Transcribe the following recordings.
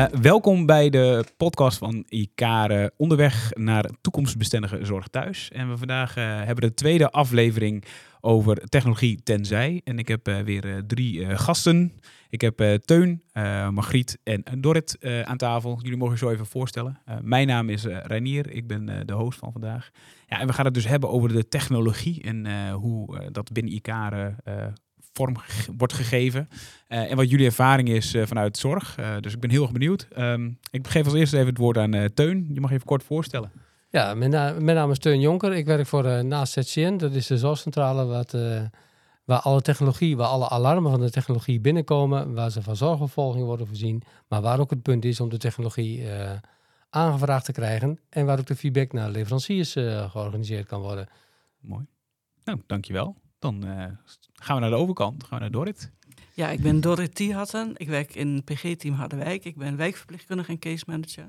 Welkom bij de podcast van ICARE, onderweg naar toekomstbestendige zorg thuis. En we vandaag hebben de tweede aflevering over technologie tenzij. En ik heb weer 3 gasten. Ik heb Teun, Margriet en Dorrit aan tafel. Jullie mogen je zo even voorstellen. Mijn naam is Reinier, ik ben de host van vandaag. Ja, en we gaan het dus hebben over de technologie en hoe dat binnen ICARE vorm wordt gegeven. En wat jullie ervaring is vanuit zorg. Dus ik ben heel erg benieuwd. Ik geef als eerste even het woord aan Teun. Je mag even kort voorstellen. Ja, mijn naam is Teun Jonker. Ik werk voor naast ZCN. Dat is de zorgcentrale waar alle alarmen van de technologie binnenkomen. Waar ze van zorgopvolging worden voorzien. Maar waar ook het punt is om de technologie aangevraagd te krijgen. En waar ook de feedback naar leveranciers georganiseerd kan worden. Mooi. Nou, dankjewel. Dan gaan we naar de overkant. Gaan we naar Dorrit. Ja, ik ben Dorrit Thiehatten. Ik werk in het PG-team Harderwijk. Ik ben wijkverpleegkundige en case manager.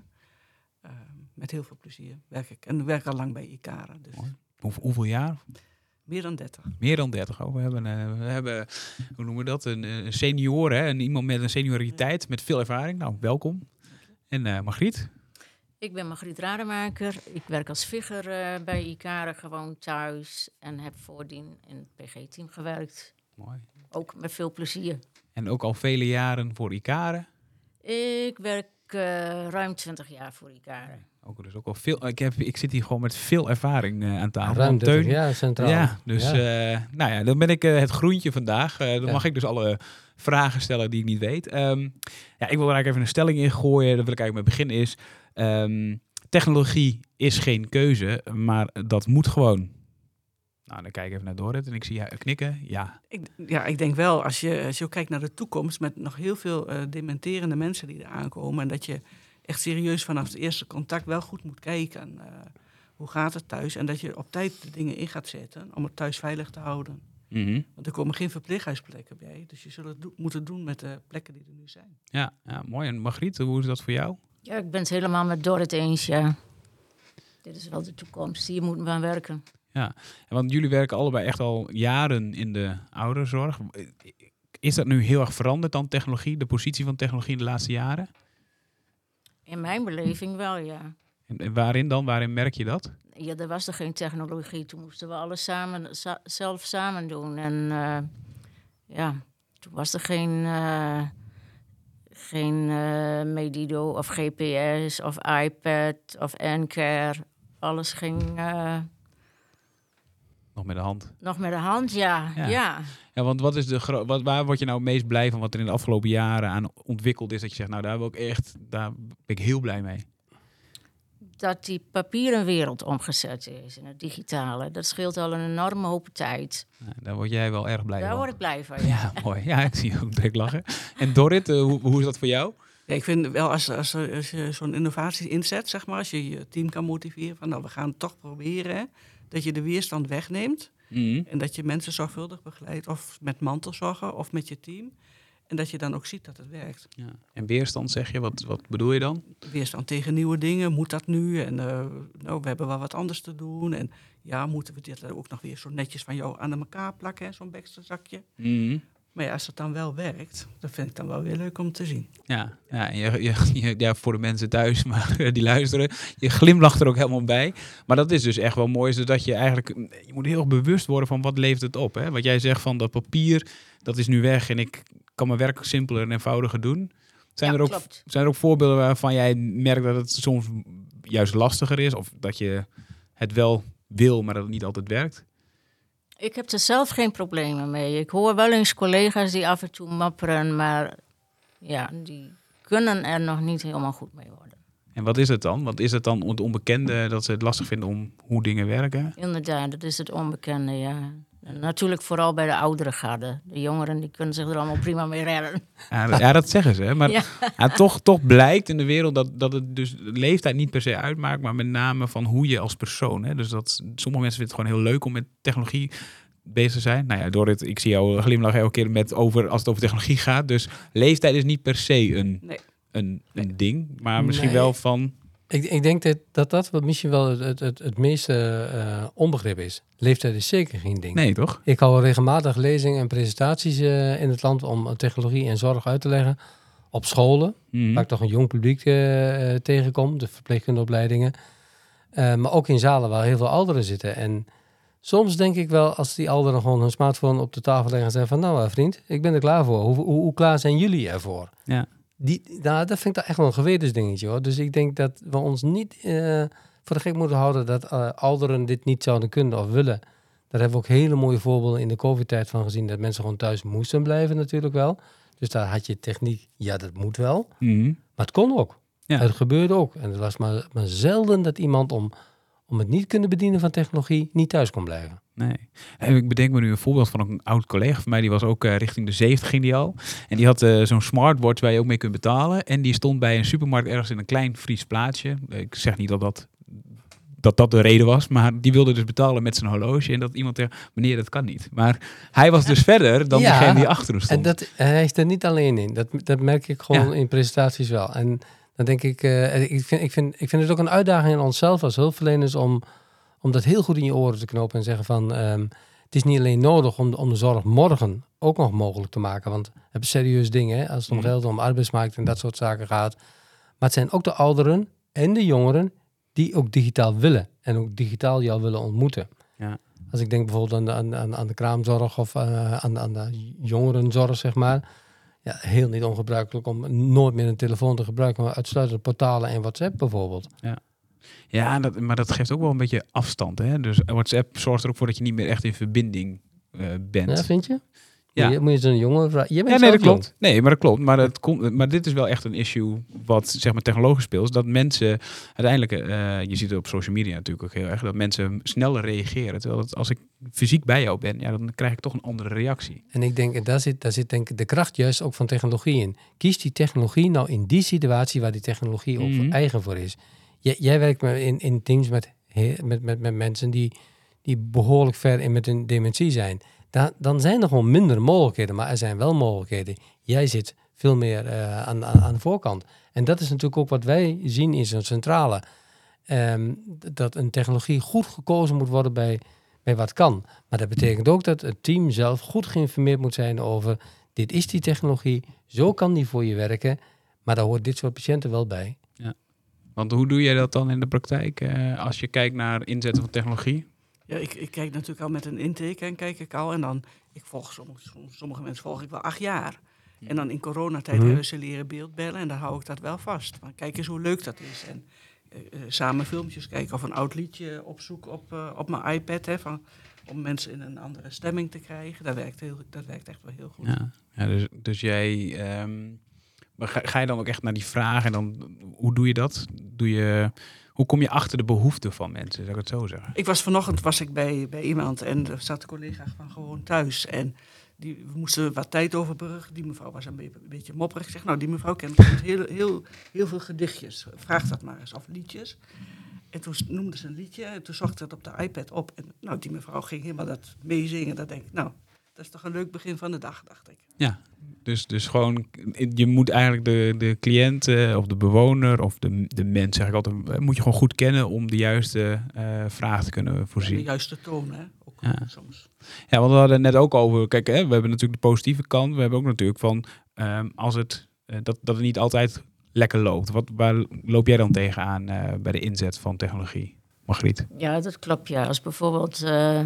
Met heel veel plezier werk ik. En ik werk al lang bij ICARE. Dus. Hoeveel jaar? Meer dan 30. Meer dan 30. Oh, we hebben hoe noemen we dat? Een senior, hè? Iemand met een senioriteit, met veel ervaring. Nou, welkom. En Margriet? Ik ben Margriet Rademaker. Ik werk als figger bij ICARE gewoon thuis. En heb voordien in het PG-team gewerkt. Mooi. Ook met veel plezier. En ook al vele jaren voor ICARE? Ik werk ruim 20 jaar voor ICARE. Dus ook al veel. Ik zit hier gewoon met veel ervaring aan tafel. Ruim 30 jaar centraal. Ja, dus dan ben ik het groentje vandaag. Dan mag ik dus alle vragen stellen die ik niet weet. Ik wil er eigenlijk even een stelling in gooien. Daar wil ik eigenlijk mee beginnen is... technologie is geen keuze, maar dat moet gewoon. Nou, dan kijk ik even naar Dorrit en ik zie jou knikken. Ja. Ik denk wel, als je kijkt naar de toekomst... met nog heel veel dementerende mensen die er aankomen... en dat je echt serieus vanaf het eerste contact wel goed moet kijken... hoe gaat het thuis? En dat je op tijd de dingen in gaat zetten om het thuis veilig te houden. Mm-hmm. Want er komen geen verpleeghuisplekken bij. Dus je zult het moeten doen met de plekken die er nu zijn. Ja, mooi. En Margriet, hoe is dat voor jou? Ja, ik ben het helemaal met Dorrit eens, ja. Dit is wel de toekomst. Hier moeten we aan werken. Ja, want jullie werken allebei echt al jaren in de ouderenzorg. Is dat nu heel erg veranderd dan technologie, de positie van technologie in de laatste jaren? In mijn beleving wel, ja. En waarin dan? Waarin merk je dat? Ja, er was er geen technologie. Toen moesten we alles zelf samen doen. En toen was er geen Medido of GPS of iPad of N-Care. Alles ging... Nog met de hand. Nog met de hand, ja. Ja, want waar word je nou het meest blij van wat er in de afgelopen jaren aan ontwikkeld is? Dat je zegt, nou daar ben ik heel blij mee. Dat die papieren wereld omgezet is in het digitale. Dat scheelt al een enorme hoop tijd. Ja, daar word jij wel erg blij van. Daar word ik blij van, ja. Ja, mooi. Ja, ik zie je ook direct lachen. En Dorrit, hoe is dat voor jou? Ja, ik vind wel als je zo'n innovatie inzet, zeg maar, als je je team kan motiveren van we gaan het toch proberen, hè, dat je de weerstand wegneemt en dat je mensen zorgvuldig begeleidt of met mantelzorgen of met je team en dat je dan ook ziet dat het werkt. Ja. En weerstand zeg je, wat bedoel je dan? Weerstand tegen nieuwe dingen, moet dat nu? En we hebben wel wat anders te doen en ja, moeten we dit ook nog weer zo netjes van jou aan elkaar plakken, hè, zo'n Baxter-zakje? Maar ja, als het dan wel werkt, dat vind ik dan wel weer leuk om te zien. Ja, en voor de mensen thuis maar die luisteren, je glimlacht er ook helemaal bij. Maar dat is dus echt wel mooi, zodat je eigenlijk, je moet heel erg bewust worden van wat levert het op. Hè? Wat jij zegt van dat papier, dat is nu weg en ik kan mijn werk simpeler en eenvoudiger doen. Zijn er ook voorbeelden waarvan jij merkt dat het soms juist lastiger is? Of dat je het wel wil, maar dat het niet altijd werkt? Ik heb er zelf geen problemen mee. Ik hoor wel eens collega's die af en toe mapperen, maar ja, die kunnen er nog niet helemaal goed mee worden. En wat is het dan? Wat is het dan het onbekende dat ze het lastig vinden om hoe dingen werken? Inderdaad, dat is het onbekende, ja. En natuurlijk vooral bij de oudere garde. De jongeren die kunnen zich er allemaal prima mee redden. Ja, dat zeggen ze. Hè? Maar toch blijkt in de wereld dat het dus de leeftijd niet per se uitmaakt, maar met name van hoe je als persoon. Hè? Dus dat sommige mensen vinden het gewoon heel leuk om met technologie bezig te zijn. Nou ja, Dorrit, ik zie jou glimlachen elke keer als het over technologie gaat. Dus leeftijd is niet per se een ding, maar misschien wel van... Ik denk dat wat misschien wel het meeste onbegrip is. Leeftijd is zeker geen ding. Nee, toch? Ik hou regelmatig lezingen en presentaties in het land om technologie en zorg uit te leggen. op scholen, Mhm. waar ik toch een jong publiek tegenkom, de verpleegkundeopleidingen. Maar ook in zalen waar heel veel ouderen zitten. En soms denk ik wel, als die ouderen gewoon hun smartphone op de tafel leggen en zeggen van, nou vriend, ik ben er klaar voor. Hoe klaar zijn jullie ervoor? Ja. Dat vind ik toch echt wel een gewetensdingetje, hoor. Dus ik denk dat we ons niet voor de gek moeten houden dat ouderen dit niet zouden kunnen of willen. Daar hebben we ook hele mooie voorbeelden in de COVID-tijd van gezien, dat mensen gewoon thuis moesten blijven natuurlijk wel. Dus daar had je techniek, ja, dat moet wel. Mhm. Maar het kon ook. Ja. Het gebeurde ook. En het was maar zelden dat iemand om het niet kunnen bedienen van technologie niet thuis kon blijven. Nee. En ik bedenk me nu een voorbeeld van een oud collega van mij. Die was ook richting de 70 ging die al. En die had zo'n smartwatch waar je ook mee kunt betalen. En die stond bij een supermarkt ergens in een klein Fries plaatsje. Ik zeg niet dat de reden was. Maar die wilde dus betalen met zijn horloge. En dat iemand zegt, meneer, dat kan niet. Maar hij was dus verder dan degene die achter hem stond. En hij is er niet alleen in. Dat merk ik gewoon in presentaties wel. En dan denk ik, ik vind het ook een uitdaging in onszelf als hulpverleners om dat heel goed in je oren te knopen en zeggen van, het is niet alleen nodig om de zorg morgen ook nog mogelijk te maken. Want het hebben serieus dingen, hè, als het om geld, om arbeidsmarkt en dat soort zaken gaat. Maar het zijn ook de ouderen en de jongeren die ook digitaal willen en ook digitaal jou willen ontmoeten. Ja. Als ik denk bijvoorbeeld aan de kraamzorg of aan de jongerenzorg, zeg maar. Ja, heel niet ongebruikelijk om nooit meer een telefoon te gebruiken, maar uitsluitend portalen en WhatsApp bijvoorbeeld. Ja, maar dat geeft ook wel een beetje afstand. Hè? Dus WhatsApp zorgt er ook voor dat je niet meer echt in verbinding bent. Ja, vind je? Ja. Moet je zo'n jongen vragen? Je bent Ja, nee, zelf dat klopt. jong. Nee, maar dat klopt. Maar dit is wel echt een issue wat zeg maar technologisch speelt. Dat mensen uiteindelijk, je ziet het op social media natuurlijk ook heel erg, dat mensen sneller reageren. Terwijl als ik fysiek bij jou ben, ja, dan krijg ik toch een andere reactie. En ik denk, daar zit denk ik de kracht juist ook van technologie in. Kies die technologie nou in die situatie waar die technologie ook eigen voor is. Jij werkt in teams met mensen die behoorlijk ver in met hun dementie zijn. Dan zijn er gewoon minder mogelijkheden, maar er zijn wel mogelijkheden. Jij zit veel meer aan de voorkant. En dat is natuurlijk ook wat wij zien in zo'n centrale. Dat een technologie goed gekozen moet worden bij wat kan. Maar dat betekent ook dat het team zelf goed geïnformeerd moet zijn over, dit is die technologie, zo kan die voor je werken, maar daar hoort dit soort patiënten wel bij. Ja. Want hoe doe jij dat dan in de praktijk als je kijkt naar inzetten van technologie? Ja, ik kijk natuurlijk al met een intake en kijk ik al. En dan, ik volg sommige mensen volg ik wel 8 jaar. En dan in coronatijd hebben ze leren beeldbellen en dan hou ik dat wel vast. Maar kijk eens hoe leuk dat is. En samen filmpjes kijken of een oud liedje opzoeken op mijn iPad. Hè, om mensen in een andere stemming te krijgen. Dat werkt echt wel heel goed. Ja, dus jij... maar ga je dan ook echt naar die vragen en dan, hoe doe je dat? Hoe kom je achter de behoeften van mensen, zou ik het zo zeggen? Vanochtend was ik bij iemand en er zat een collega van gewoon thuis. En we moesten wat tijd overbruggen. Die mevrouw was een beetje mopperig. Ik zeg, nou, die mevrouw kent heel veel gedichtjes. Vraag dat maar eens, of liedjes. En toen noemde ze een liedje en toen zocht ik het op de iPad op. En nou, die mevrouw ging helemaal dat meezingen. Dat denk ik, nou, dat is toch een leuk begin van de dag, dacht ik. Ja, dus gewoon, je moet eigenlijk de cliënt of de bewoner of de mens, zeg ik altijd, moet je gewoon goed kennen om de juiste vraag te kunnen voorzien. De juiste toon, hè? Ook soms. Ja, want we hadden het net ook over, kijk, we hebben natuurlijk de positieve kant. We hebben ook natuurlijk van, als dat het niet altijd lekker loopt. Waar loop jij dan tegenaan bij de inzet van technologie, Margriet? Ja, dat klopt, ja. Als bijvoorbeeld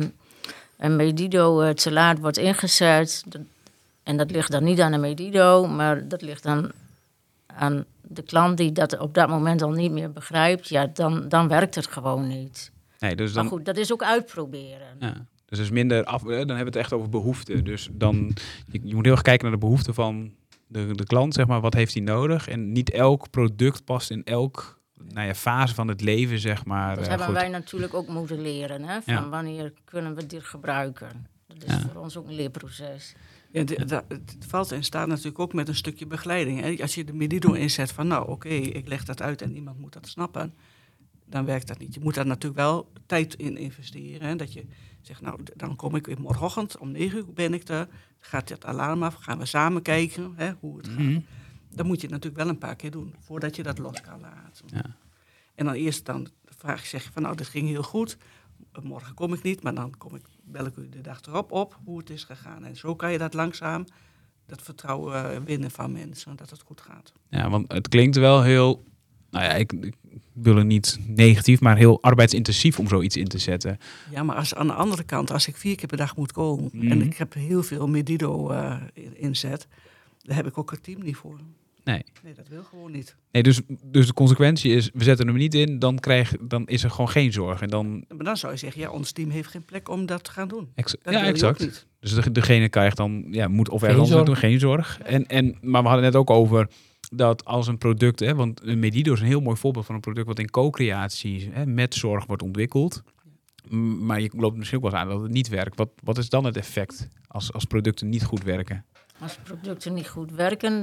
een Medido te laat wordt ingezet, en dat ligt dan niet aan de Medido, maar dat ligt dan aan de klant die dat op dat moment al niet meer begrijpt, ja, dan werkt het gewoon niet. Nee, dus dan, maar goed, dat is ook uitproberen. Ja, dus is minder dan hebben we het echt over behoeften. Dus dan, je moet heel erg kijken naar de behoeften van de klant, zeg maar, wat heeft hij nodig? En niet elk product past in elk fase van het leven, zeg maar. Dat hebben wij natuurlijk ook moeten leren, hè? Van wanneer kunnen we dit gebruiken? Dat is voor ons ook een leerproces. Ja, het valt en staat natuurlijk ook met een stukje begeleiding. Hè? Als je de Medido inzet van, nou oké, ik leg dat uit en iemand moet dat snappen, dan werkt dat niet. Je moet daar natuurlijk wel tijd in investeren. Hè? Dat je zegt, nou, dan kom ik morgenochtend om 9 uur ben ik er, gaat het alarm af, gaan we samen kijken hoe het gaat. Dat moet je natuurlijk wel een paar keer doen, voordat je dat los kan laten. Ja. En dan zeg je van, nou, dit ging heel goed. Morgen kom ik niet, maar dan bel ik u de dag erop op hoe het is gegaan. En zo kan je dat langzaam dat vertrouwen winnen van mensen, dat het goed gaat. Ja, want het klinkt wel heel, nou ja, ik wil het niet negatief, maar heel arbeidsintensief om zoiets in te zetten. Ja, maar aan de andere kant, als ik 4 keer per dag moet komen en ik heb heel veel Medido inzet, daar heb ik ook het team niet voor. Nee, dat wil gewoon niet. Nee, dus de consequentie is, we zetten hem niet in, dan is er gewoon geen zorg. En dan... Maar dan zou je zeggen, ja, ons team heeft geen plek om dat te gaan doen. Exact. Dus degene krijgt dan, moet of ergens anders doen, geen zorg. Maar we hadden net ook over dat als een product, want Medido is een heel mooi voorbeeld van een product wat in co-creatie met zorg wordt ontwikkeld. Maar je loopt misschien ook wel eens aan dat het niet werkt. Wat is dan het effect als producten niet goed werken? Als producten niet goed werken,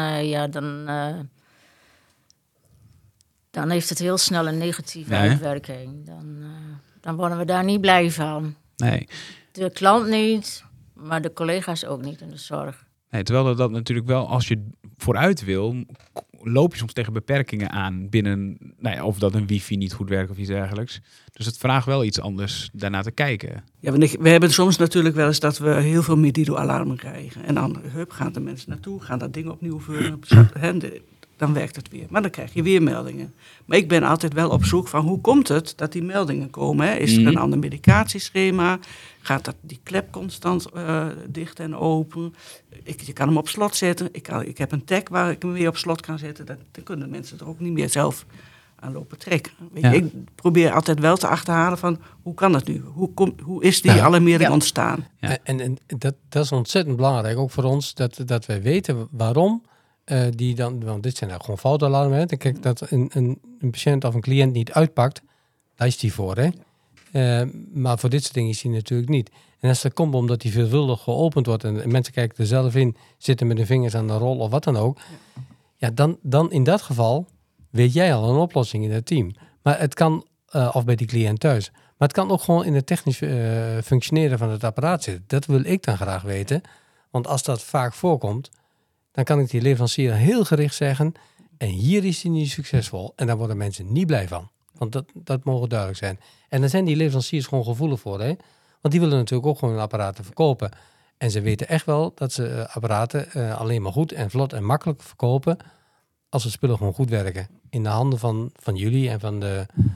dan heeft het heel snel een negatieve uitwerking. Dan worden we daar niet blij van. Nee. De klant niet, maar de collega's ook niet in de zorg. Nee, terwijl dat natuurlijk wel, als je vooruit wil, loop je soms tegen beperkingen aan binnen, of dat een wifi niet goed werkt of iets dergelijks. Dus het vraagt wel iets anders daarna te kijken. Ja, we hebben soms natuurlijk wel eens dat we heel veel Medido-alarmen krijgen. En dan gaan de mensen naartoe, gaan dat ding opnieuw vullen. Dan werkt het weer. Maar dan krijg je weer meldingen. Maar ik ben altijd wel op zoek van hoe komt het dat die meldingen komen? Hè? Is er een ander medicatieschema? Gaat die klep constant dicht en open? Je kan hem op slot zetten. Ik heb een tag waar ik hem weer op slot kan zetten. Dan kunnen mensen er ook niet meer zelf aan lopen trekken. Ik probeer altijd wel te achterhalen van hoe kan dat nu? Hoe is die alarmering ontstaan? Ja. En dat is ontzettend belangrijk, ook voor ons, dat wij weten waarom die dan, want dit zijn gewoon foutalarmen. Hè. Kijk, dat een patiënt of een cliënt niet uitpakt, daar is die voor. Hè. Maar voor dit soort dingen is die natuurlijk niet. En als dat komt omdat die veelvuldig geopend wordt en mensen kijken er zelf in, zitten met de vingers aan de rol of wat dan ook, dan in dat geval weet jij al een oplossing in het team. Maar het kan, of bij die cliënt thuis, maar het kan ook gewoon in het technisch functioneren van het apparaat zitten. Dat wil ik dan graag weten. Want als dat vaak voorkomt, dan kan ik die leverancier heel gericht zeggen, en hier is hij niet succesvol. En daar worden mensen niet blij van. Want dat mogen duidelijk zijn. En dan zijn die leveranciers gewoon gevoelig voor. Hè? Want die willen natuurlijk ook gewoon apparaten verkopen. En ze weten echt wel dat ze apparaten alleen maar goed en vlot en makkelijk verkopen als de spullen gewoon goed werken. In de handen van jullie en van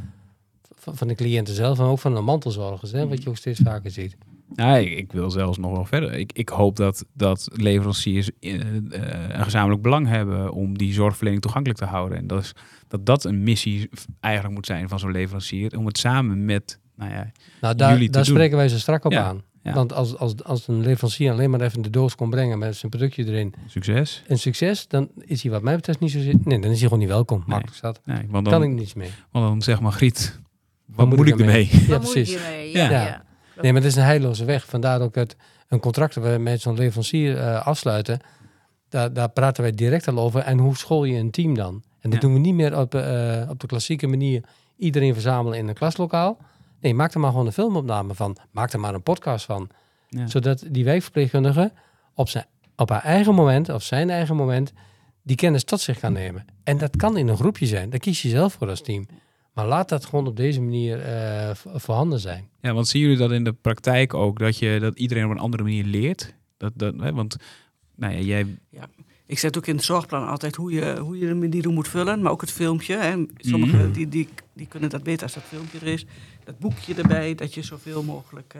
de cliënten zelf en ook van de mantelzorgers. Hè? Wat je ook steeds vaker ziet. Ja, ik wil zelfs nog wel verder. Ik hoop dat leveranciers een gezamenlijk belang hebben om die zorgverlening toegankelijk te houden. En dat een missie eigenlijk moet zijn van zo'n leverancier, om het samen met jullie te doen. Daar spreken wij ze strak op aan. Ja. Want als een leverancier alleen maar even de doos kon brengen met zijn productje erin. Succes, dan is hij wat mij betreft niet zo zin. Nee, dan is hij gewoon niet welkom. Makkelijk zat. Nee, want dan kan ik niets mee. Want dan zeg maar, Griet, wat moet ik ermee? Ja, precies. Ja. Nee, maar het is een heilloze weg. Vandaar ook een contract dat we met zo'n leverancier afsluiten. Daar praten wij direct al over. En hoe school je een team dan? En dat doen we niet meer op de klassieke manier. Iedereen verzamelen in een klaslokaal. Nee, maak er maar gewoon een filmopname van. Maak er maar een podcast van. Ja. Zodat die wijkverpleegkundige op haar eigen moment, of zijn eigen moment, die kennis tot zich kan nemen. En dat kan in een groepje zijn. Daar kies je zelf voor als team. Maar laat dat gewoon op deze manier voorhanden zijn. Ja, want zien jullie dat in de praktijk ook? Dat iedereen op een andere manier leert? Want jij... Ja, ik zet ook in het zorgplan altijd hoe je de Medido moet vullen. Maar ook het filmpje. Hè. Sommigen die kunnen dat beter als dat filmpje er is. Dat boekje erbij, dat je zoveel mogelijk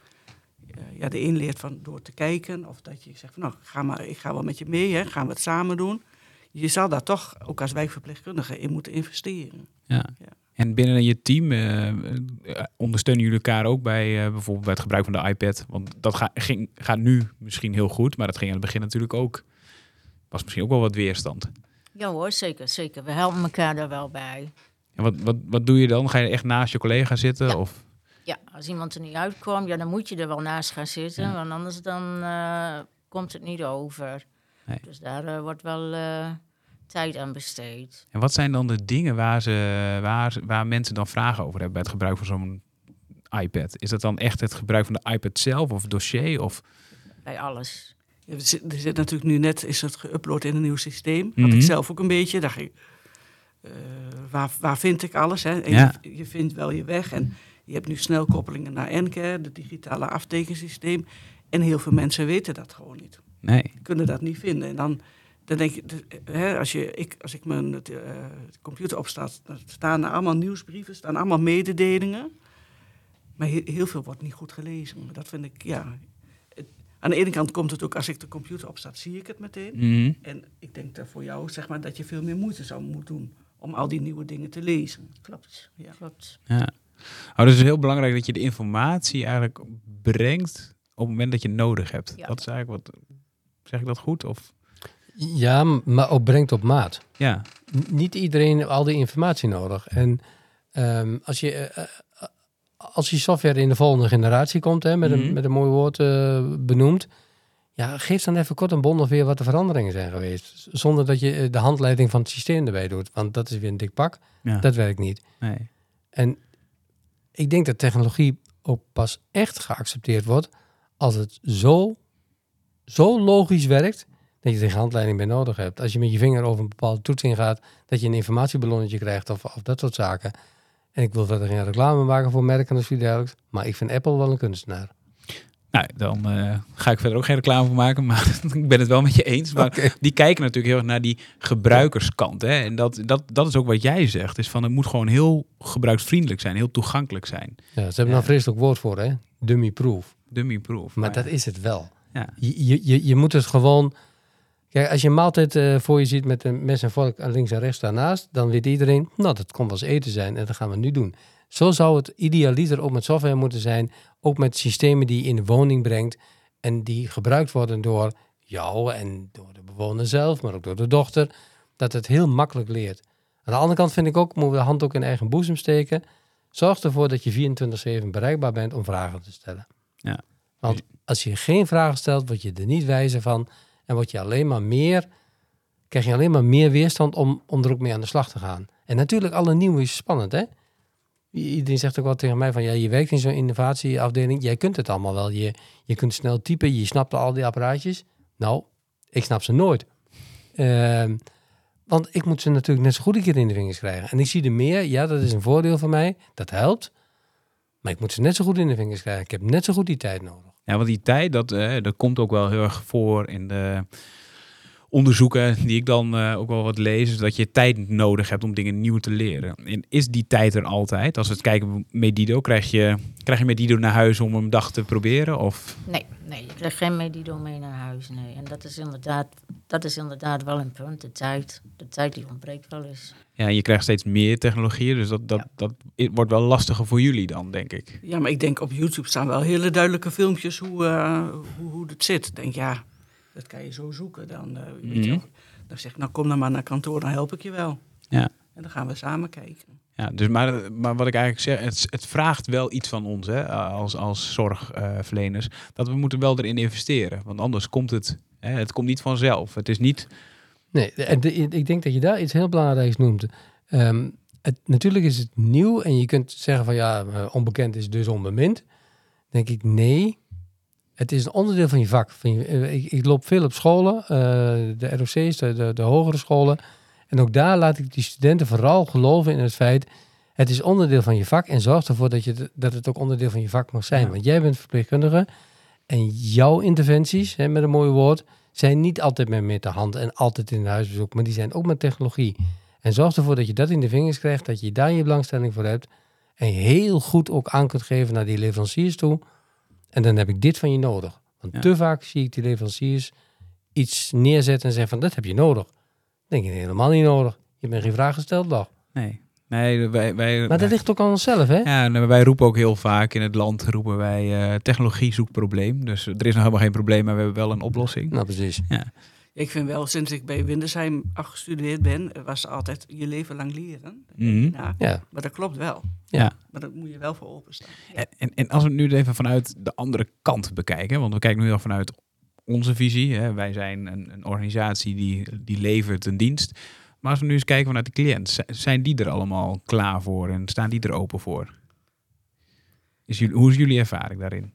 erin leert van door te kijken. Of dat je zegt van ik ga wel met je mee. Hè. Gaan we het samen doen. Je zal daar toch ook als wijkverpleegkundige in moeten investeren. Ja. En binnen je team ondersteunen jullie elkaar ook bij bijvoorbeeld bij het gebruik van de iPad? Want dat gaat nu misschien heel goed, maar dat ging aan het begin natuurlijk ook. Was misschien ook wel wat weerstand. Ja hoor, zeker. We helpen elkaar daar wel bij. En wat doe je dan? Ga je echt naast je collega zitten? Ja. Of? Ja, als iemand er niet uitkomt, dan moet je er wel naast gaan zitten. Ja. Want anders dan komt het niet over. Nee. Dus daar wordt wel tijd aan besteed. En wat zijn dan de dingen waar mensen dan vragen over hebben bij het gebruik van zo'n iPad? Is dat dan echt het gebruik van de iPad zelf of het dossier? Of? Bij alles. Ja, er zit natuurlijk nu net, is het geüpload in een nieuw systeem. Had ik zelf ook een beetje. Dacht ik, waar vind ik alles? Hè? En je vindt wel je weg. En je hebt nu snelkoppelingen naar Encare, het digitale aftekensysteem. En heel veel mensen weten dat gewoon niet. Nee. Kunnen dat niet vinden. En dan denk je, als ik mijn computer opstart, dan staan er allemaal nieuwsbrieven, staan allemaal mededelingen. Maar heel veel wordt niet goed gelezen. Dat vind ik, aan de ene kant komt het ook, als ik de computer opstart, zie ik het meteen. Mm-hmm. En ik denk dat voor jou, zeg maar, dat je veel meer moeite zou moeten doen om al die nieuwe dingen te lezen. Klopt. Ja. Dus het is heel belangrijk dat je de informatie eigenlijk brengt op het moment dat je nodig hebt. Ja. Dat is eigenlijk wat... Zeg ik dat goed? Of... Ja, maar ook brengt op maat. Ja. Niet iedereen heeft al die informatie nodig. En als die software in de volgende generatie komt, hè, met een mooi woord benoemd, geef dan even kort en bondig weer wat de veranderingen zijn geweest. Zonder dat je de handleiding van het systeem erbij doet. Want dat is weer een dik pak. Ja. Dat werkt niet. Nee. En ik denk dat technologie ook pas echt geaccepteerd wordt als het zo logisch werkt dat je er geen handleiding bij nodig hebt. Als je met je vinger over een bepaalde toets ingaat, dat je een informatieballonnetje krijgt of dat soort zaken. En ik wil verder geen reclame maken voor merken of zoiets dergelijks, maar ik vind Apple wel een kunstenaar. Nou, dan ga ik verder ook geen reclame voor maken, maar ik ben het wel met je eens. Maar die kijken natuurlijk heel erg naar die gebruikerskant. Hè? En dat is ook wat jij zegt. Is van, het moet gewoon heel gebruiksvriendelijk zijn, heel toegankelijk zijn. Ja, ze hebben nou een vreselijk woord voor, hè? Dummy-proof. Dummy-proof. Maar dat is het wel. Ja. Je moet het gewoon... Kijk, als je een maaltijd voor je ziet met een mes en vork en links en rechts daarnaast, dan weet iedereen, nou, dat kon wel eens eten zijn en dat gaan we nu doen. Zo zou het idealiter ook met software moeten zijn, ook met systemen die je in de woning brengt en die gebruikt worden door jou en door de bewoner zelf, maar ook door de dochter, dat het heel makkelijk leert. Aan de andere kant vind ik ook, moeten we de hand ook in eigen boezem steken. Zorg ervoor dat je 24/7 bereikbaar bent om vragen te stellen. Ja. Want als je geen vragen stelt, word je er niet wijzer van en krijg je alleen maar meer weerstand om er ook mee aan de slag te gaan. En natuurlijk, alle nieuwe is spannend, hè? Iedereen zegt ook wel tegen mij van, je werkt in zo'n innovatieafdeling, jij kunt het allemaal wel. Je kunt snel typen, je snapt al die apparaatjes. Nou, ik snap ze nooit. Want ik moet ze natuurlijk net zo goed een keer in de vingers krijgen. En ik zie er meer, dat is een voordeel van mij, dat helpt. Maar ik moet ze net zo goed in de vingers krijgen. Ik heb net zo goed die tijd nodig. Ja, want die tijd, dat komt ook wel heel erg voor in de onderzoeken die ik dan ook wel wat lees, is dat je tijd nodig hebt om dingen nieuw te leren. En is die tijd er altijd? Als we het kijken Medido, krijg je Medido naar huis om een dag te proberen? Of? Nee, je krijgt geen Medido mee naar huis. Nee. En dat is inderdaad wel een punt. De tijd die ontbreekt wel eens. Ja, je krijgt steeds meer technologieën, dus dat wordt wel lastiger voor jullie dan, denk ik. Ja, maar ik denk op YouTube staan wel hele duidelijke filmpjes hoe het zit. Ik denk, dat kan je zo zoeken. Dan, weet je wel, dan zeg ik, nou kom dan maar naar kantoor, dan help ik je wel. Ja. En dan gaan we samen kijken. Ja, dus maar wat ik eigenlijk zeg, het vraagt wel iets van ons, hè, als zorgverleners, dat we moeten wel erin investeren. Want anders komt het komt niet vanzelf. Het is niet... Nee, ik denk dat je daar iets heel belangrijks noemt. Natuurlijk is het nieuw en je kunt zeggen van onbekend is dus onbemind. Denk ik, nee. Het is een onderdeel van je vak. Ik loop veel op scholen, de ROC's, de hogere scholen. En ook daar laat ik die studenten vooral geloven in het feit, het is onderdeel van je vak en zorg ervoor dat het ook onderdeel van je vak mag zijn. Ja. Want jij bent verpleegkundige en jouw interventies, met een mooi woord, zijn niet altijd met de hand en altijd in het huisbezoek, maar die zijn ook met technologie. En zorg ervoor dat je dat in de vingers krijgt, dat je daar je belangstelling voor hebt en je heel goed ook aan kunt geven naar die leveranciers toe. En dan heb ik dit van je nodig. Want te vaak zie ik die leveranciers iets neerzetten en zeggen van, dat heb je nodig. Dan denk je, helemaal niet nodig. Je bent geen vraag gesteld, toch? Nee, wij maar dat ligt ook aan onszelf, hè? Ja, wij roepen ook heel vaak in het land, technologie zoekt probleem. Dus er is nog helemaal geen probleem, maar we hebben wel een oplossing. Nou, precies. Ja. Ik vind wel, sinds ik bij Windesheim afgestudeerd ben, was altijd je leven lang leren. Ja. Maar dat klopt wel. Ja. Maar daar moet je wel voor openstaan. Ja. En als we het nu even vanuit de andere kant bekijken, want we kijken nu al vanuit onze visie. Hè. Wij zijn een organisatie die levert een dienst. Maar als we nu eens kijken vanuit de cliënt, zijn die er allemaal klaar voor en staan die er open voor? Hoe is jullie ervaring daarin?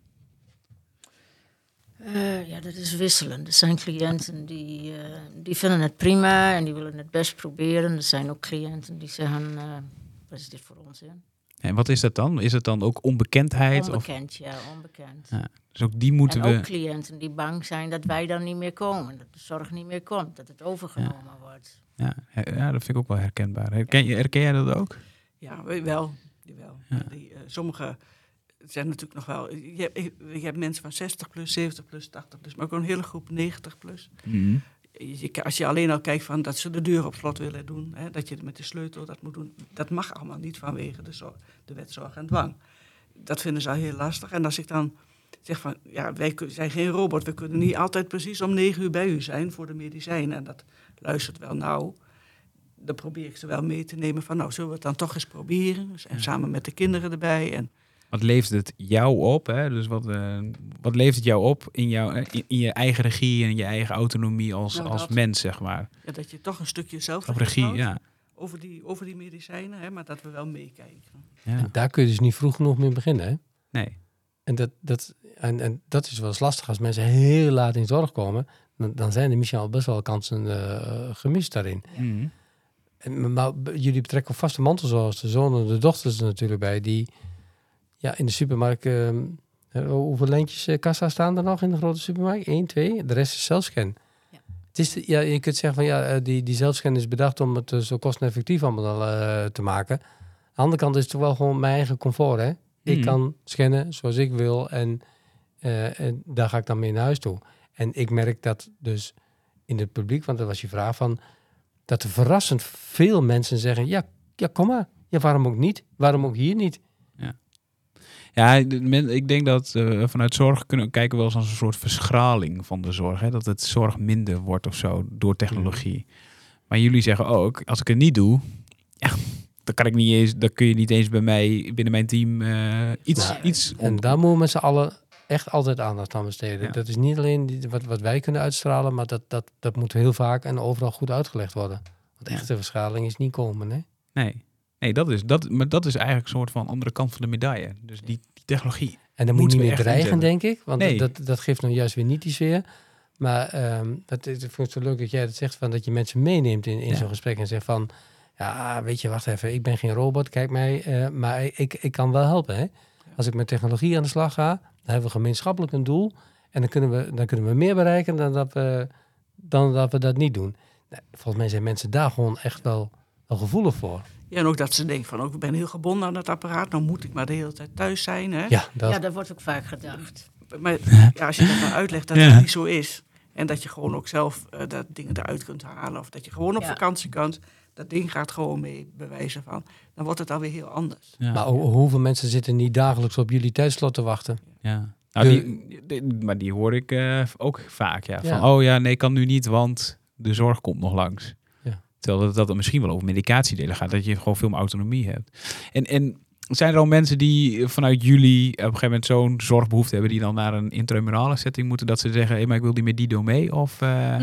Dat is wisselend. Er zijn cliënten die vinden het prima en die willen het best proberen. Er zijn ook cliënten die zeggen, wat is dit voor onzin? En wat is dat dan? Is het dan ook onbekendheid? Onbekend, onbekend. Ja, dus ook die moeten en ook we... cliënten die bang zijn dat wij dan niet meer komen. Dat de zorg niet meer komt, dat het overgenomen wordt. Ja, dat vind ik ook wel herkenbaar. Herken jij dat ook? Ja, wel. Ja. Sommige zijn natuurlijk nog wel... Je hebt mensen van 60 plus, 70 plus, 80 plus, maar ook een hele groep 90 plus. Mm. Als je alleen al kijkt van dat ze de deur op slot willen doen, hè, dat je met de sleutel dat moet doen, dat mag allemaal niet vanwege de wet zorg en dwang. Dat vinden ze al heel lastig. En als ik dan zeg van, ja, wij zijn geen robot, we kunnen niet altijd precies om 9 uur bij u zijn voor de medicijnen. En dat luistert wel nauw. Dan probeer ik ze wel mee te nemen van, nou, zullen we het dan toch eens proberen? Dus, en samen met de kinderen erbij. En Wat levert het jou op? Hè? Dus wat levert het jou op in je eigen regie en je eigen autonomie als mens, zeg maar? Ja, dat je toch een stukje zelf Op regie, ja. over die medicijnen, hè, maar dat we wel meekijken. Ja. En daar kun je dus niet vroeg genoeg mee beginnen, hè? Nee. En dat is wel eens lastig. Als mensen heel laat in zorg komen, dan zijn er misschien al best wel kansen gemist daarin. Mm. Maar jullie betrekken ook vaste mantelzorgers, de zonen en de dochters er natuurlijk bij, die in de supermarkt... hoeveel lijntjes kassa staan er nog in de grote supermarkt? 1, 2, de rest is zelfscan. Ja. Het is je kunt zeggen van die zelfscan is bedacht om het zo kosteneffectief allemaal te maken. Aan de andere kant is het toch wel gewoon mijn eigen comfort, hè? Ik kan scannen zoals ik wil en daar ga ik dan mee naar huis toe. En ik merk dat dus in het publiek, want dat was je vraag van, dat er verrassend veel mensen zeggen, ja kom maar. Ja, waarom ook niet? Waarom ook hier niet? Ja, ik denk dat vanuit zorg kunnen kijken we wel eens als een soort verschraling van de zorg. Hè? Dat het zorg minder wordt of zo door technologie. Maar jullie zeggen ook, als ik het niet doe, dan kun je niet eens bij mij binnen mijn team iets. En daar moeten we met z'n allen echt altijd aandacht aan besteden. Ja. Dat is niet alleen wat wij kunnen uitstralen, maar dat moet heel vaak en overal goed uitgelegd worden. Want echte verschraling is niet komen, hè? Nee, dat is eigenlijk een soort van andere kant van de medaille. Dus die technologie. En dan moet je niet meer dreigen, denk ik. Want dat geeft nou juist weer niet die sfeer. Maar ik vind het zo leuk dat jij dat zegt, van dat je mensen meeneemt in zo'n gesprek en zegt van, ja, weet je, wacht even, ik ben geen robot, kijk mij, maar ik kan wel helpen. Hè? Als ik met technologie aan de slag ga, dan hebben we gemeenschappelijk een doel en dan kunnen we meer bereiken dan dat we dat niet doen. Nou, volgens mij zijn mensen daar gewoon echt wel gevoelig voor. Ja, en ook dat ze denken van, ik ben heel gebonden aan het apparaat, nou moet ik maar de hele tijd thuis zijn. Hè? Ja, dat wordt ook vaak gedacht. Maar als je dat nou uitlegt dat het niet zo is, en dat je gewoon ook zelf dat dingen eruit kunt halen, of dat je gewoon op vakantie kunt, dat ding gaat gewoon mee bewijzen van, dan wordt het alweer heel anders. Ja. Maar hoeveel mensen zitten niet dagelijks op jullie tijdslot te wachten? Ja. Nou, maar die hoor ik ook vaak, van, ik kan nu niet, want de zorg komt nog langs. Terwijl dat misschien wel over medicatiedelen gaat, dat je gewoon veel meer autonomie hebt. En zijn er al mensen die vanuit jullie op een gegeven moment zo'n zorgbehoefte hebben, die dan naar een intramurale setting moeten, dat ze zeggen, maar ik wil die Medido mee? Of,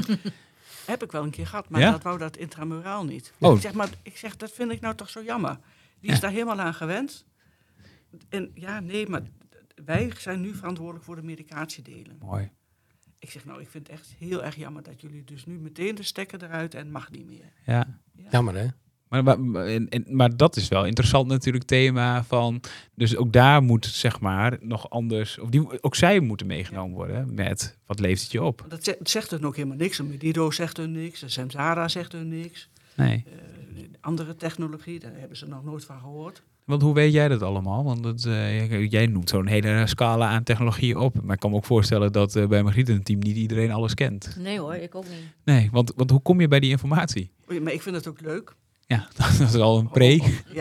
Heb ik wel een keer gehad, maar dat wou dat intramuraal niet. Oh. Ik zeg, dat vind ik nou toch zo jammer. Die is daar helemaal aan gewend. En maar wij zijn nu verantwoordelijk voor de medicatiedelen. Mooi. Ik zeg, ik vind het echt heel erg jammer dat jullie dus nu meteen de stekker eruit en mag niet meer. Ja. Jammer, hè? Maar dat is wel interessant natuurlijk thema van, dus ook daar moet zeg maar nog anders, ook zij moeten meegenomen worden met wat levert het je op. Dat zegt hun ook helemaal niks. Een Medido zegt hun niks, een Samsara zegt hun niks. Nee. Andere technologie, daar hebben ze nog nooit van gehoord. Want hoe weet jij dat allemaal? Want jij noemt zo'n hele scala aan technologieën op. Maar ik kan me ook voorstellen dat bij Margriet en het team niet iedereen alles kent. Nee hoor, ik ook niet. Nee, want hoe kom je bij die informatie? Maar ik vind het ook leuk. Ja, dat is al een pre.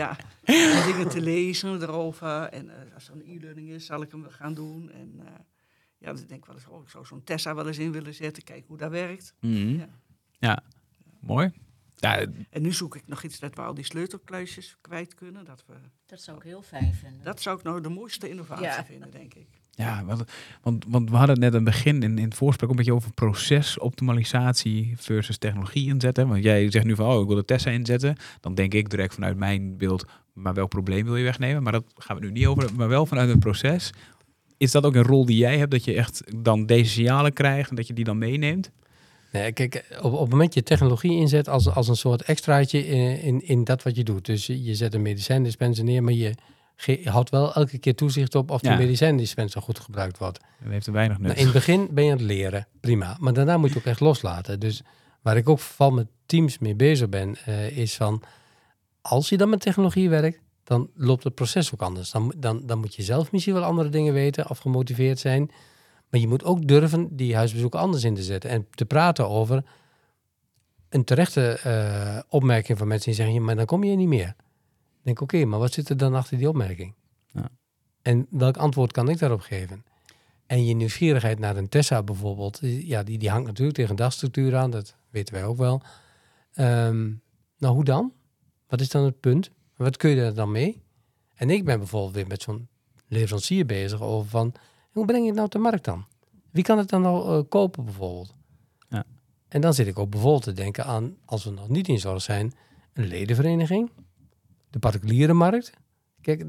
Om dingen te lezen erover. En als er een e-learning is, zal ik hem gaan doen. En dan denk ik wel eens, ik zou zo'n Tessa wel eens in willen zetten. Kijken hoe dat werkt. Mm-hmm. Ja, mooi. Ja. En nu zoek ik nog iets dat we al die sleutelkluisjes kwijt kunnen. Dat zou ik heel fijn vinden. Dat zou ik nou de mooiste innovatie vinden, denk ik. Ja, want we hadden het net aan het begin in het voorgesprek een beetje over procesoptimalisatie versus technologie inzetten. Want jij zegt nu van, ik wil de Tessa inzetten. Dan denk ik direct vanuit mijn beeld, maar welk probleem wil je wegnemen? Maar dat gaan we nu niet over, maar wel vanuit een proces. Is dat ook een rol die jij hebt, dat je echt dan deze signalen krijgt en dat je die dan meeneemt? Nee, kijk, op het moment je technologie inzet als een soort extraatje in dat wat je doet. Dus je zet een medicijndispenser neer, maar je houdt wel elke keer toezicht op of die medicijndispenser goed gebruikt wordt. Dat heeft er weinig nut. Nou, in het begin ben je aan het leren, prima. Maar daarna moet je ook echt loslaten. Dus waar ik ook vooral met teams mee bezig ben, is van... Als je dan met technologie werkt, dan loopt het proces ook anders. Dan moet je zelf misschien wel andere dingen weten of gemotiveerd zijn. Maar je moet ook durven die huisbezoeken anders in te zetten. En te praten over een terechte opmerking van mensen die zeggen... maar dan kom je niet meer. Dan denk ik, oké, maar wat zit er dan achter die opmerking? Ja. En welk antwoord kan ik daarop geven? En je nieuwsgierigheid naar een Tessa bijvoorbeeld... die hangt natuurlijk tegen dagstructuur aan. Dat weten wij ook wel. Nou, hoe dan? Wat is dan het punt? Wat kun je er dan mee? En ik ben bijvoorbeeld weer met zo'n leverancier bezig over van... hoe breng je het nou te markt dan? Wie kan het dan nou kopen bijvoorbeeld? Ja. En dan zit ik ook bijvoorbeeld te denken aan... als we nog niet in zorg zijn... een ledenvereniging. De particuliere markt. Kijk,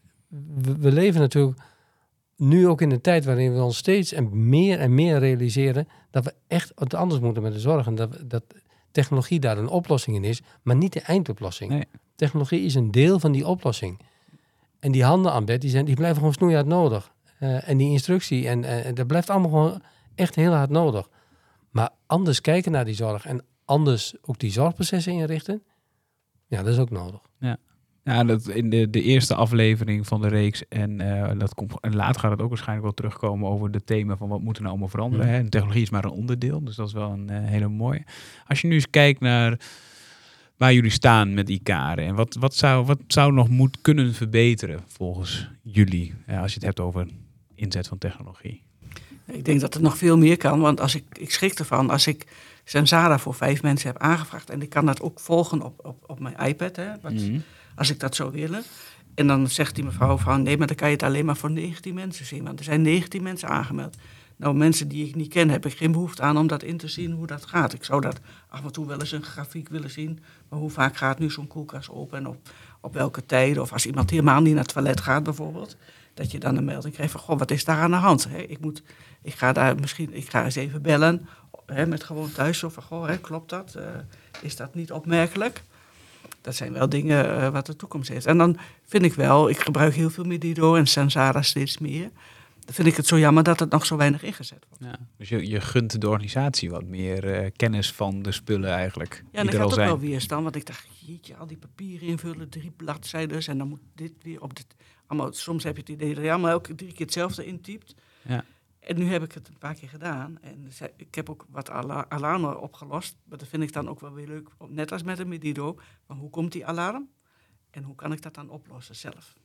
we leven natuurlijk nu ook in een tijd... waarin we ons steeds en meer realiseren... dat we echt wat anders moeten met de zorg. En dat technologie daar een oplossing in is... maar niet de eindoplossing. Nee. Technologie is een deel van die oplossing. En die handen aan bed, die blijven gewoon snoeihard nodig. En die instructie, en dat blijft allemaal gewoon echt heel hard nodig. Maar anders kijken naar die zorg en anders ook die zorgprocessen inrichten, ja, dat is ook nodig. Ja, dat in de eerste aflevering van de reeks en later gaat het ook waarschijnlijk wel terugkomen over de thema van wat moet er nou allemaal veranderen. Hè? En technologie is maar een onderdeel, dus dat is wel een hele mooie. Als je nu eens kijkt naar waar jullie staan met IKARE en wat zou nog kunnen verbeteren volgens jullie, als je het hebt over inzet van technologie? Ik denk dat het nog veel meer kan, want ik schrik ervan als ik Sensara voor 5 mensen heb aangevraagd en ik kan dat ook volgen op mijn iPad, hè, als ik dat zou willen. En dan zegt die mevrouw van nee, maar dan kan je het alleen maar voor 19 mensen zien, want er zijn 19 mensen aangemeld. Nou, mensen die ik niet ken, heb ik geen behoefte aan om dat in te zien hoe dat gaat. Ik zou dat af en toe wel eens een grafiek willen zien, maar hoe vaak gaat nu zo'n koelkast open en op welke tijden, of als iemand helemaal niet naar het toilet gaat bijvoorbeeld, dat je dan een melding krijgt van, goh, wat is daar aan de hand? Ik ga eens even bellen, met gewoon thuis, of van, goh, klopt dat? Is dat niet opmerkelijk? Dat zijn wel dingen wat de toekomst heeft. En dan vind ik wel, ik gebruik heel veel Medido en Sensara steeds meer. Dan vind ik het zo jammer dat het nog zo weinig ingezet wordt. Ja, dus je gunt de organisatie wat meer kennis van de spullen eigenlijk. Ja, en ik had ook wel weerstand, want ik dacht, jeetje, al die papieren invullen, 3 bladzijden, en dan moet dit weer op dit. Allemaal, soms heb je het idee dat je allemaal elke 3 keer hetzelfde intypt. Ja. En nu heb ik het een paar keer gedaan. En ik heb ook wat alarmen opgelost. Maar dat vind ik dan ook wel weer leuk. Net als met een Medido. Maar hoe komt die alarm? En hoe kan ik dat dan oplossen zelf?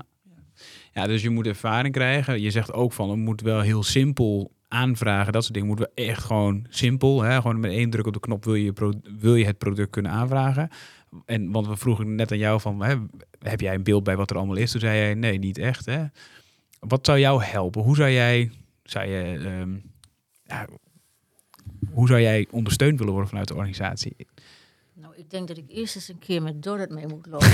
Ja, dus je moet ervaring krijgen. Je zegt ook van, het moet wel heel simpel aanvragen. Dat soort dingen moet wel echt gewoon simpel. Hè? Gewoon met 1 druk op de knop wil je het product kunnen aanvragen. Want we vroegen net aan jou van, heb jij een beeld bij wat er allemaal is? Toen zei jij, nee, niet echt. Hè? Wat zou jou helpen? Hoe zou jij ondersteund willen worden vanuit de organisatie? Nou, ik denk dat ik eerst eens een keer met Dorrit mee moet lopen.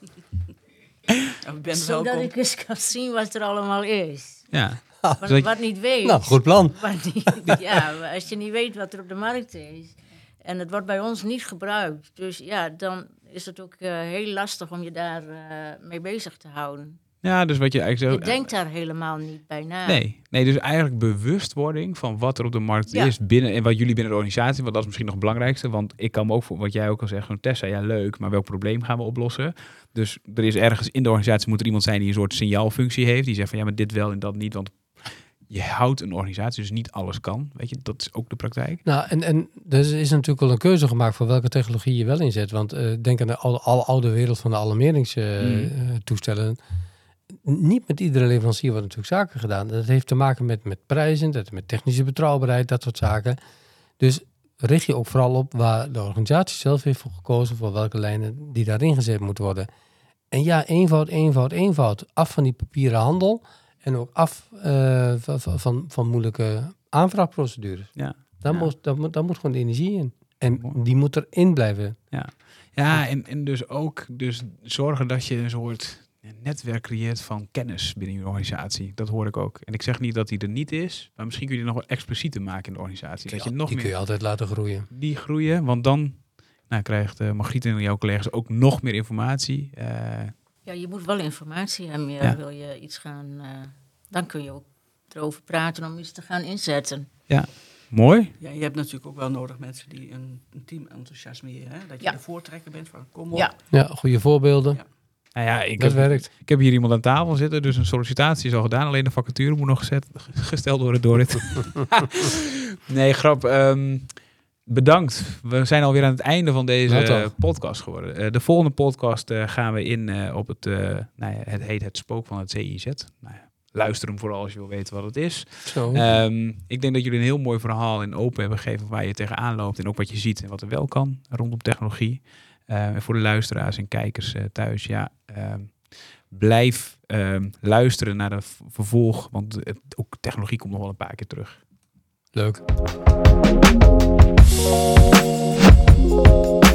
Zodat ik eens kan zien wat er allemaal is. Ja. Wat niet weet. Nou, goed plan. Als je niet weet wat er op de markt is. En het wordt bij ons niet gebruikt. Dus ja, dan is het ook heel lastig om je daar mee bezig te houden. Ja, dus wat je eigenlijk zo... Je denkt daar helemaal niet bij na. Nee, dus eigenlijk bewustwording van wat er op de markt is binnen en wat jullie binnen de organisatie, want dat is misschien nog het belangrijkste, want ik kan me ook voor wat jij ook al zegt, zo'n Tessa, ja leuk, maar welk probleem gaan we oplossen? Dus er is ergens in de organisatie moet er iemand zijn die een soort signaalfunctie heeft, die zegt van ja, maar dit wel en dat niet, want je houdt een organisatie, dus niet alles kan, weet je, dat is ook de praktijk. Nou, en er is natuurlijk wel een keuze gemaakt voor welke technologie je wel inzet, want denk aan de oude wereld van de alarmeringstoestellen. Niet met iedere leverancier wordt natuurlijk zaken gedaan. Dat heeft te maken met prijzen, met technische betrouwbaarheid, dat soort zaken. Dus richt je ook vooral op waar de organisatie zelf heeft voor gekozen, voor welke lijnen die daarin gezet moeten worden. En ja, eenvoud. Af van die papieren handel en ook af van moeilijke aanvraagprocedures. Ja. Daar moet gewoon de energie in. En die moet erin blijven. Ja, en dus ook zorgen dat je een soort netwerk creëert van kennis binnen je organisatie. Dat hoor ik ook. En ik zeg niet dat die er niet is, maar misschien kun je die nog wat explicieter maken in de organisatie. Die kun je altijd laten groeien. Die groeien, want dan krijgt Margriet en jouw collega's ook nog meer informatie. Ja, je moet wel informatie hebben. Wil je iets gaan... dan kun je ook erover praten om iets te gaan inzetten. Ja, mooi. Ja, je hebt natuurlijk ook wel nodig mensen die een team enthousiasmeren. Hè? Dat je de voortrekker bent van kom op. Ja, goede voorbeelden. Ja. Nou ja, Dat werkt. Ik heb hier iemand aan tafel zitten, dus een sollicitatie is al gedaan. Alleen de vacature moet nog gesteld worden door dit. Nee, grap. Bedankt. We zijn alweer aan het einde van deze podcast geworden. De volgende podcast gaan we in op het... het heet Het Spook van het CIZ. Nou ja, luister hem vooral als je wil weten wat het is. Zo. Ik denk dat jullie een heel mooi verhaal en open hebben gegeven waar je tegenaan loopt. En ook wat je ziet en wat er wel kan rondom technologie. En voor de luisteraars en kijkers thuis, blijf luisteren naar de vervolg. Want ook technologie komt nog wel een paar keer terug. Leuk.